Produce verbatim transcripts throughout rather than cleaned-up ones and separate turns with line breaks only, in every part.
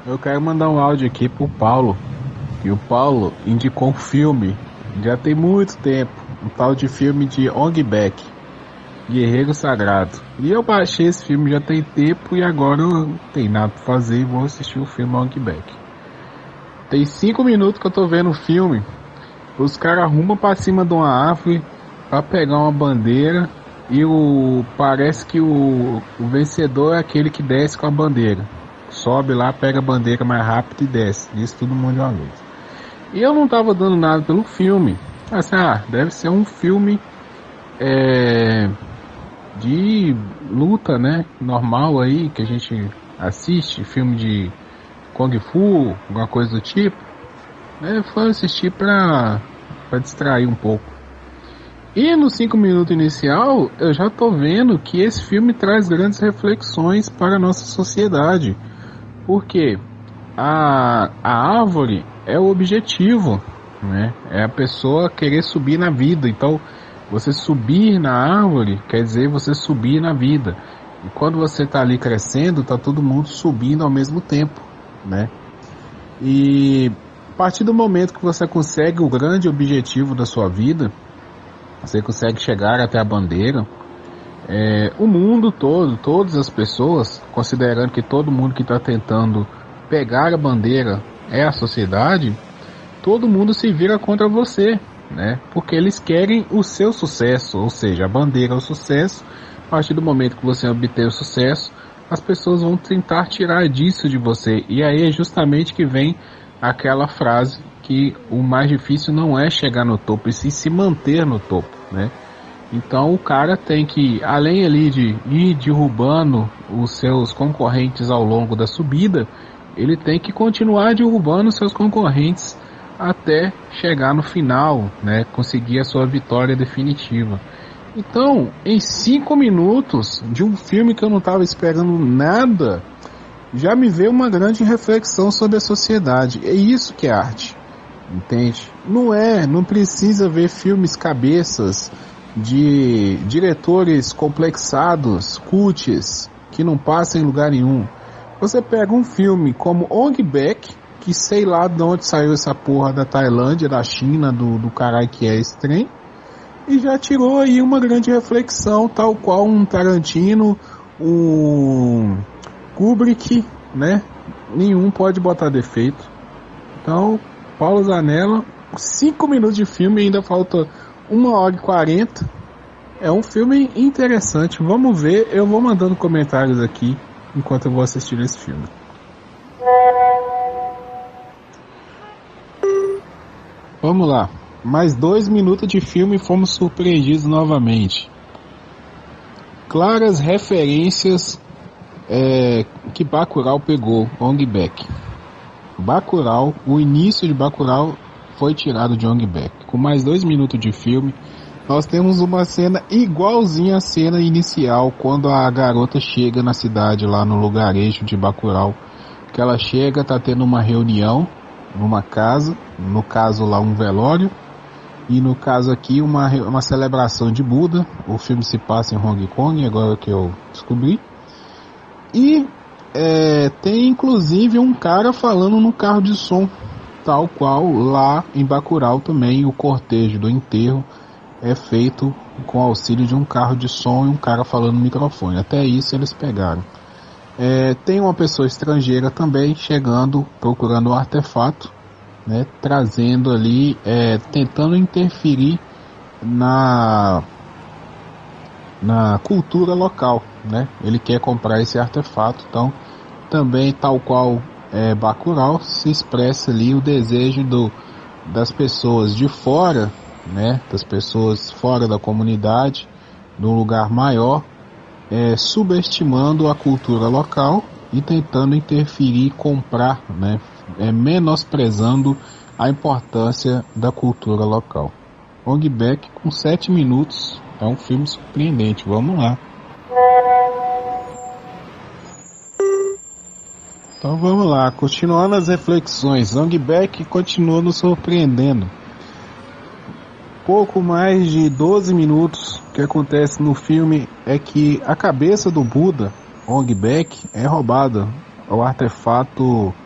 Eu quero mandar um áudio aqui pro Paulo. E o Paulo indicou um filme, já tem muito tempo, um tal de filme de Ong Bak, Guerreiro Sagrado. E eu baixei esse filme já tem tempo e agora eu não tenho nada pra fazer e vou assistir o filme Ong Bak. Tem cinco minutos que eu tô vendo o filme, os caras arrumam pra cima de uma árvore pra pegar uma bandeira e o parece que o, o vencedor é aquele que desce com a bandeira. Sobe lá, pega a bandeira mais rápido e desce. Isso todo mundo de uma vez. E eu não tava dando nada pelo filme. Assim, ah, deve ser um filme é, de luta, né? Normal aí, que a gente assiste. Filme de Kung Fu, alguma coisa do tipo. Eu fui assistir pra, pra distrair um pouco. E nos cinco minutos inicial, eu já tô vendo que esse filme traz grandes reflexões para a nossa sociedade. Porque a, a árvore é o objetivo, né? É a pessoa querer subir na vida. Então, você subir na árvore quer dizer você subir na vida. E quando você está ali crescendo, tá todo mundo subindo ao mesmo tempo, né? E a partir do momento que você consegue o grande objetivo da sua vida, você consegue chegar até a bandeira, é, o mundo todo, todas as pessoas, considerando que todo mundo que está tentando pegar a bandeira é a sociedade, todo mundo se vira contra você, né? Porque eles querem o seu sucesso, ou seja, a bandeira é o sucesso. A partir do momento que você obter o sucesso, as pessoas vão tentar tirar disso de você. E aí é justamente que vem aquela frase que o mais difícil não é chegar no topo, e sim se manter no topo, né? Então o cara tem que, além ali de ir derrubando os seus concorrentes ao longo da subida, ele tem que continuar derrubando os seus concorrentes até chegar no final, né? Conseguir a sua vitória definitiva. Então, em cinco minutos de um filme que eu não estava esperando nada, já me veio uma grande reflexão sobre a sociedade. É isso que é arte, entende? Não é, não precisa ver filmes cabeças de diretores complexados, cults, que não passam em lugar nenhum. Você pega um filme como Ong Bak, que sei lá de onde saiu essa porra da Tailândia, da China, do, do caralho que é esse trem, e já tirou aí uma grande reflexão, tal qual um Tarantino, um Kubrick, né? Nenhum pode botar defeito. Então, Paulo Zanella, cinco minutos de filme, ainda falta uma hora e quarenta. É um filme interessante. Vamos ver, eu vou mandando comentários aqui enquanto eu vou assistir esse filme. Vamos lá. Mais dois minutos de filme e fomos surpreendidos novamente. Claras referências é, que Bacurau pegou, Ong Bak. Bacurau, o início de Bacurau foi tirado de Ong Bak. Com mais dois minutos de filme, nós temos uma cena igualzinha à cena inicial, quando a garota chega na cidade, lá no lugarejo de Bacurau. Que ela chega, tá tendo uma reunião numa casa, no caso lá um velório, e no caso aqui uma, uma celebração de Buda. O filme se passa em Hong Kong, agora que eu descobri. E é, tem inclusive um cara falando no carro de som, tal qual lá em Bacurau também o cortejo do enterro é feito com auxílio de um carro de som e um cara falando no microfone. Até isso eles pegaram. É, tem uma pessoa estrangeira também chegando, procurando um artefato, né, trazendo ali, é, tentando interferir na na cultura local, né? Ele quer comprar esse artefato. Então também, tal qual é, Bacurau, se expressa ali o desejo do, das pessoas de fora, né, das pessoas fora da comunidade, num lugar maior, é, subestimando a cultura local e tentando interferir e comprar, né, é, menosprezando a importância da cultura local. Ong Bak com sete minutos, é um filme surpreendente. Vamos lá. Então vamos lá, continuando as reflexões. Ong Bak continua nos surpreendendo. Pouco mais de doze minutos, o que acontece no filme é que a cabeça do Buda, Ong Bak, é roubada. O artefato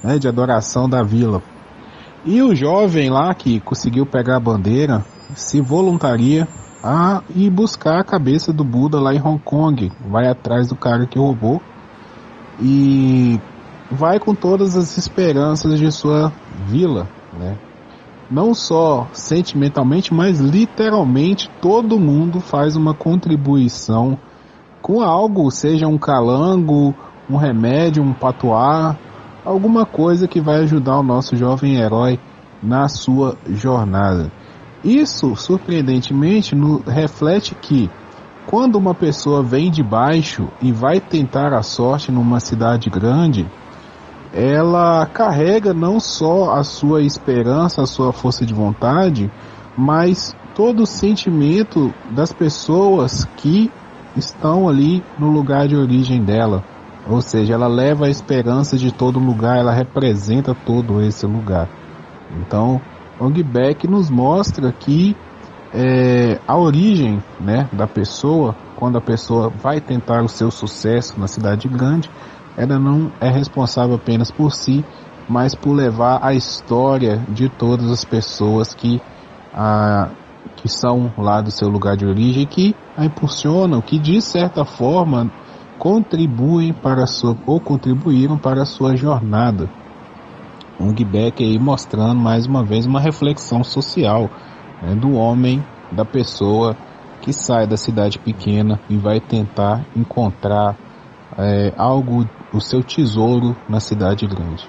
né, de adoração da vila. E o jovem lá que conseguiu pegar a bandeira se voluntaria a ir buscar a cabeça do Buda lá em Hong Kong, vai atrás do cara que roubou e vai com todas as esperanças de sua vila, né? Não só sentimentalmente, mas literalmente todo mundo faz uma contribuição com algo, seja um calango, um remédio, um patuá, alguma coisa que vai ajudar o nosso jovem herói na sua jornada. Isso, surpreendentemente, no, reflete que quando uma pessoa vem de baixo e vai tentar a sorte numa cidade grande, ela carrega não só a sua esperança, a sua força de vontade, mas todo o sentimento das pessoas que estão ali no lugar de origem dela. Ou seja, ela leva a esperança de todo lugar, ela representa todo esse lugar. Então, Ong Bak nos mostra que é, a origem, né, da pessoa, quando a pessoa vai tentar o seu sucesso na cidade grande, ela não é responsável apenas por si, mas por levar a história de todas as pessoas que, a, que são lá do seu lugar de origem, que a impulsionam, que de certa forma contribuem para a sua, ou contribuíram para a sua jornada. Ong Bak aí mostrando mais uma vez uma reflexão social, né, do homem, da pessoa que sai da cidade pequena e vai tentar encontrar é, algo, o seu tesouro na cidade grande.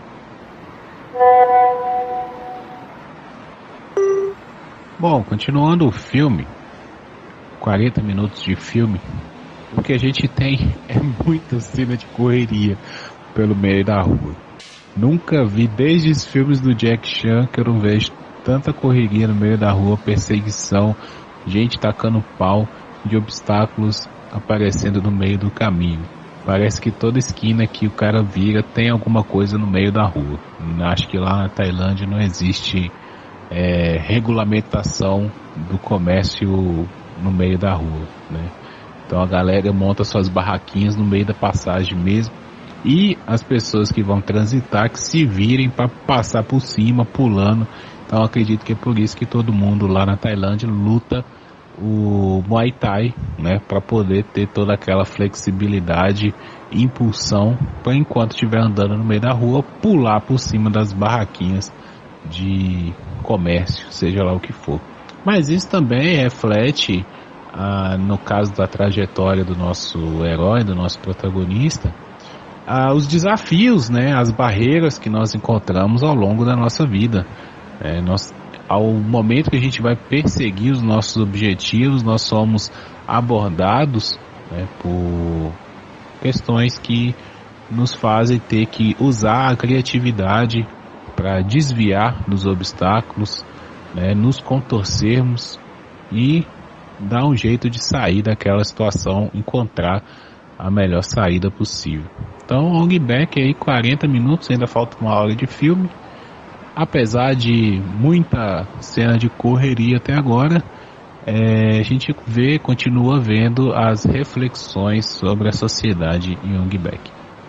Bom, continuando o filme, quarenta minutos de filme, o que a gente tem é muita cena de correria pelo meio da rua. Nunca vi, desde os filmes do Jack Chan, que eu não vejo tanta correria no meio da rua, perseguição, gente tacando pau, de obstáculos aparecendo no meio do caminho. Parece que toda esquina que o cara vira tem alguma coisa no meio da rua. Acho que lá na Tailândia não existe é, regulamentação do comércio no meio da rua, né? Então a galera monta suas barraquinhas no meio da passagem mesmo. E as pessoas que vão transitar que se virem para passar por cima, pulando. Então acredito que é por isso que todo mundo lá na Tailândia luta o Muay Thai, né, para poder ter toda aquela flexibilidade e impulsão para enquanto estiver andando no meio da rua, pular por cima das barraquinhas de comércio, seja lá o que for. Mas isso também reflete, ah, no caso da trajetória do nosso herói, do nosso protagonista, Ah, os desafios, né, as barreiras que nós encontramos ao longo da nossa vida. É, nós, ao momento que a gente vai perseguir os nossos objetivos, nós somos abordados, né, por questões que nos fazem ter que usar a criatividade para desviar dos obstáculos, né, nos contorcermos e dar um jeito de sair daquela situação, encontrar a melhor saída possível. Então, Ong Bak aí, quarenta minutos, ainda falta uma hora de filme. Apesar de muita cena de correria até agora, é, a gente vê, continua vendo as reflexões sobre a sociedade em Ong Bak.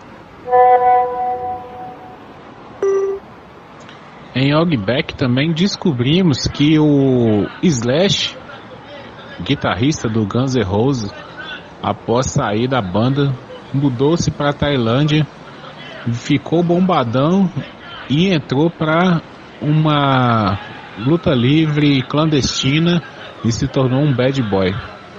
Em Ong Bak também descobrimos que o Slash, guitarrista do Guns N' Roses, após sair da banda, mudou-se para a Tailândia, ficou bombadão e entrou para uma luta livre clandestina e se tornou um bad boy.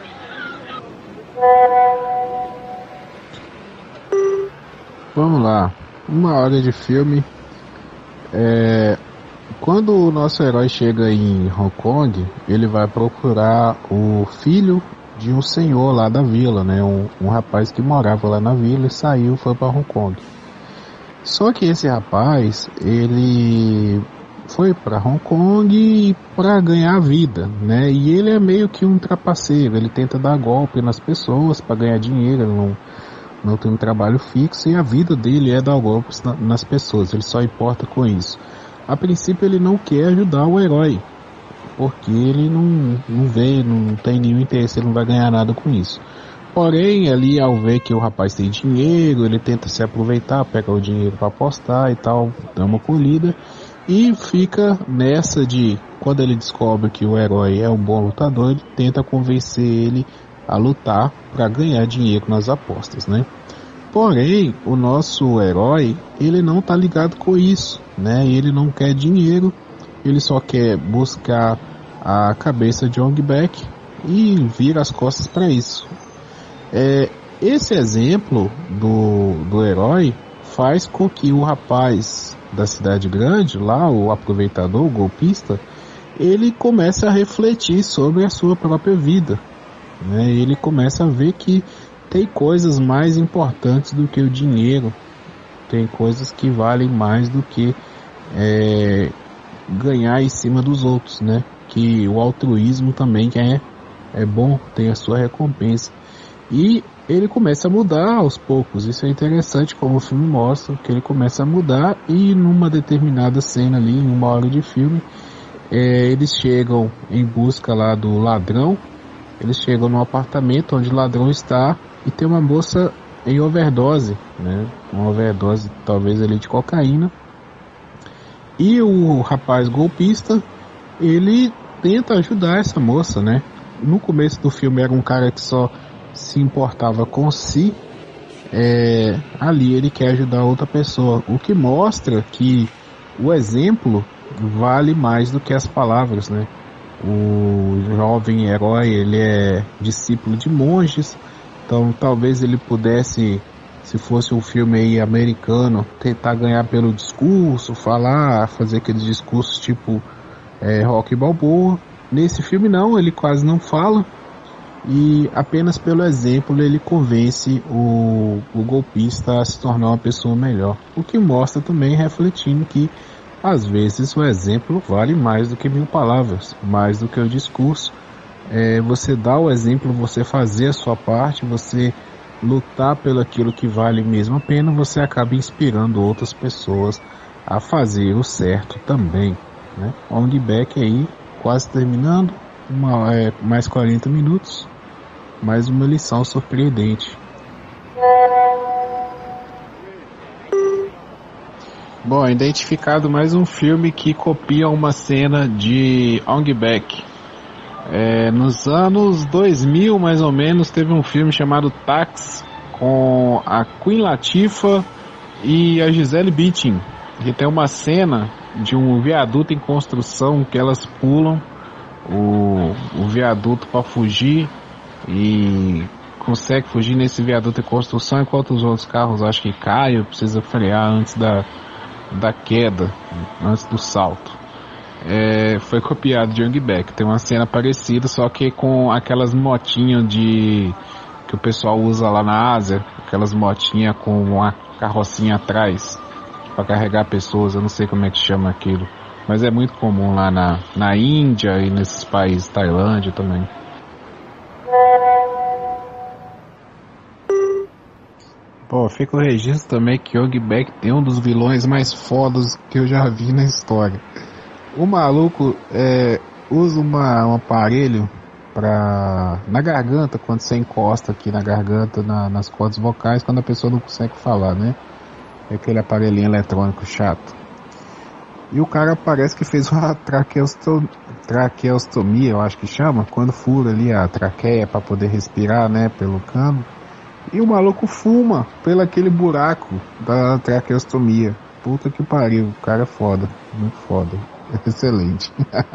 Vamos lá, uma hora de filme. É, quando o nosso herói chega em Hong Kong, ele vai procurar o filho de um senhor lá da vila, né? Um, um rapaz que morava lá na vila e saiu, foi para Hong Kong. Só que esse rapaz, ele foi para Hong Kong para ganhar vida, né? E ele é meio que um trapaceiro, ele tenta dar golpe nas pessoas para ganhar dinheiro, ele não, não tem um trabalho fixo e a vida dele é dar golpes na, nas pessoas, ele só importa com isso. A princípio ele não quer ajudar o herói, porque ele não, não vê, não tem nenhum interesse, ele não vai ganhar nada com isso. Porém, ali ao ver que o rapaz tem dinheiro, ele tenta se aproveitar, pega o dinheiro para apostar e tal, dá uma colhida e fica nessa de, quando ele descobre que o herói é um bom lutador, ele tenta convencer ele a lutar para ganhar dinheiro nas apostas, né? Porém, o nosso herói, ele não tá ligado com isso, né? Ele não quer dinheiro, ele só quer buscar a cabeça de Ong Bak e vira as costas para isso. É, esse exemplo do, do herói faz com que o rapaz da cidade grande, lá o aproveitador, o golpista, ele comece a refletir sobre a sua própria vida, né? Ele começa a ver que tem coisas mais importantes do que o dinheiro, tem coisas que valem mais do que é, ganhar em cima dos outros, né? Que o altruísmo também é, é bom, tem a sua recompensa. E ele começa a mudar aos poucos. Isso é interessante, como o filme mostra, que ele começa a mudar e numa determinada cena ali, em uma hora de filme, é, eles chegam em busca lá do ladrão. Eles chegam no apartamento onde o ladrão está e tem uma moça em overdose, né? Uma overdose talvez ali de cocaína. E o rapaz golpista, ele tenta ajudar essa moça, né? No começo do filme era um cara que só se importava com si, é, ali ele quer ajudar outra pessoa, o que mostra que o exemplo vale mais do que as palavras, né? O jovem herói, ele é discípulo de monges, então talvez ele pudesse, se fosse um filme aí americano, tentar ganhar pelo discurso, falar, fazer aqueles discursos tipo é, Rocky Balboa. Nesse filme não, ele quase não fala, e apenas pelo exemplo ele convence o, o golpista a se tornar uma pessoa melhor, o que mostra também, refletindo que às vezes o exemplo vale mais do que mil palavras, mais do que o discurso. É, você dá o exemplo, você fazer a sua parte, você lutar pelo aquilo que vale mesmo a pena, você acaba inspirando outras pessoas a fazer o certo também, né? Ong Bak aí, quase terminando, uma, é, mais quarenta minutos. Mais uma lição surpreendente. Bom, identificado mais um filme que copia uma cena de Ong Bak. É, nos anos dois mil, mais ou menos, teve um filme chamado Táxi, com a Queen Latifah e a Gisele Bündchen, que tem uma cena de um viaduto em construção que elas pulam o, o viaduto para fugir e consegue fugir nesse viaduto em construção, enquanto os outros carros acho que caem, precisa frear antes da, da queda, antes do salto. É, foi copiado de Ong Bak. Tem uma cena parecida, só que com aquelas motinhas de que o pessoal usa lá na Ásia, aquelas motinhas com uma carrocinha atrás para carregar pessoas. Eu não sei como é que chama aquilo, mas é muito comum lá na, na Índia e nesses países, Tailândia também. Bom, fica o registro também que Ong Bak tem um dos vilões mais fodas que eu já vi na história. O maluco é, usa uma, um aparelho pra, na garganta, quando você encosta aqui na garganta, na, nas cordas vocais, quando a pessoa não consegue falar, né? É aquele aparelhinho eletrônico chato. E o cara parece que fez uma traqueostomia, traqueostomia, eu acho que chama, quando fura ali a traqueia para poder respirar, né, pelo cano. E o maluco fuma pelo aquele buraco da traqueostomia. Puta que pariu, o cara é foda, muito foda, excelente.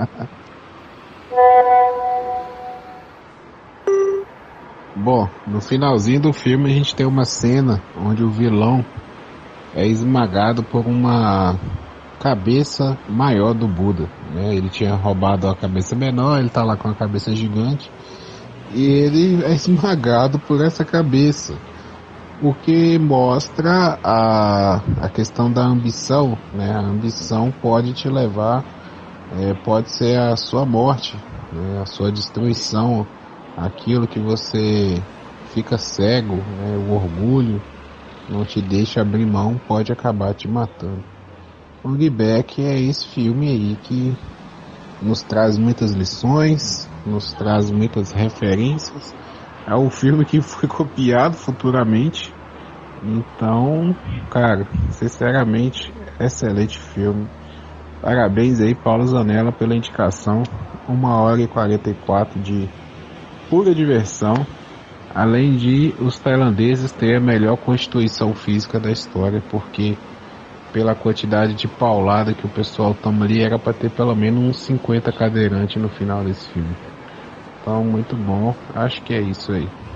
Bom, no finalzinho do filme a gente tem uma cena onde o vilão é esmagado por uma cabeça maior do Buda, né? Ele tinha roubado a cabeça menor, ele tá lá com a cabeça gigante e ele é esmagado por essa cabeça, o que mostra a, a questão da ambição, né? A ambição pode te levar, é, pode ser a sua morte, né? A sua destruição, aquilo que você fica cego, né? O orgulho não te deixa abrir mão, pode acabar te matando. Ong Bak é esse filme aí que nos traz muitas lições, nos traz muitas referências, É um filme que foi copiado futuramente. Então, cara, sinceramente, excelente filme. Parabéns aí, Paulo Zanella, pela indicação. Uma hora e quarenta e quatro de pura diversão. Além de os tailandeses terem a melhor constituição física da história, porque pela quantidade de paulada que o pessoal toma ali, era para ter pelo menos uns cinquenta cadeirantes no final desse filme. Então, muito bom. Acho que é isso aí.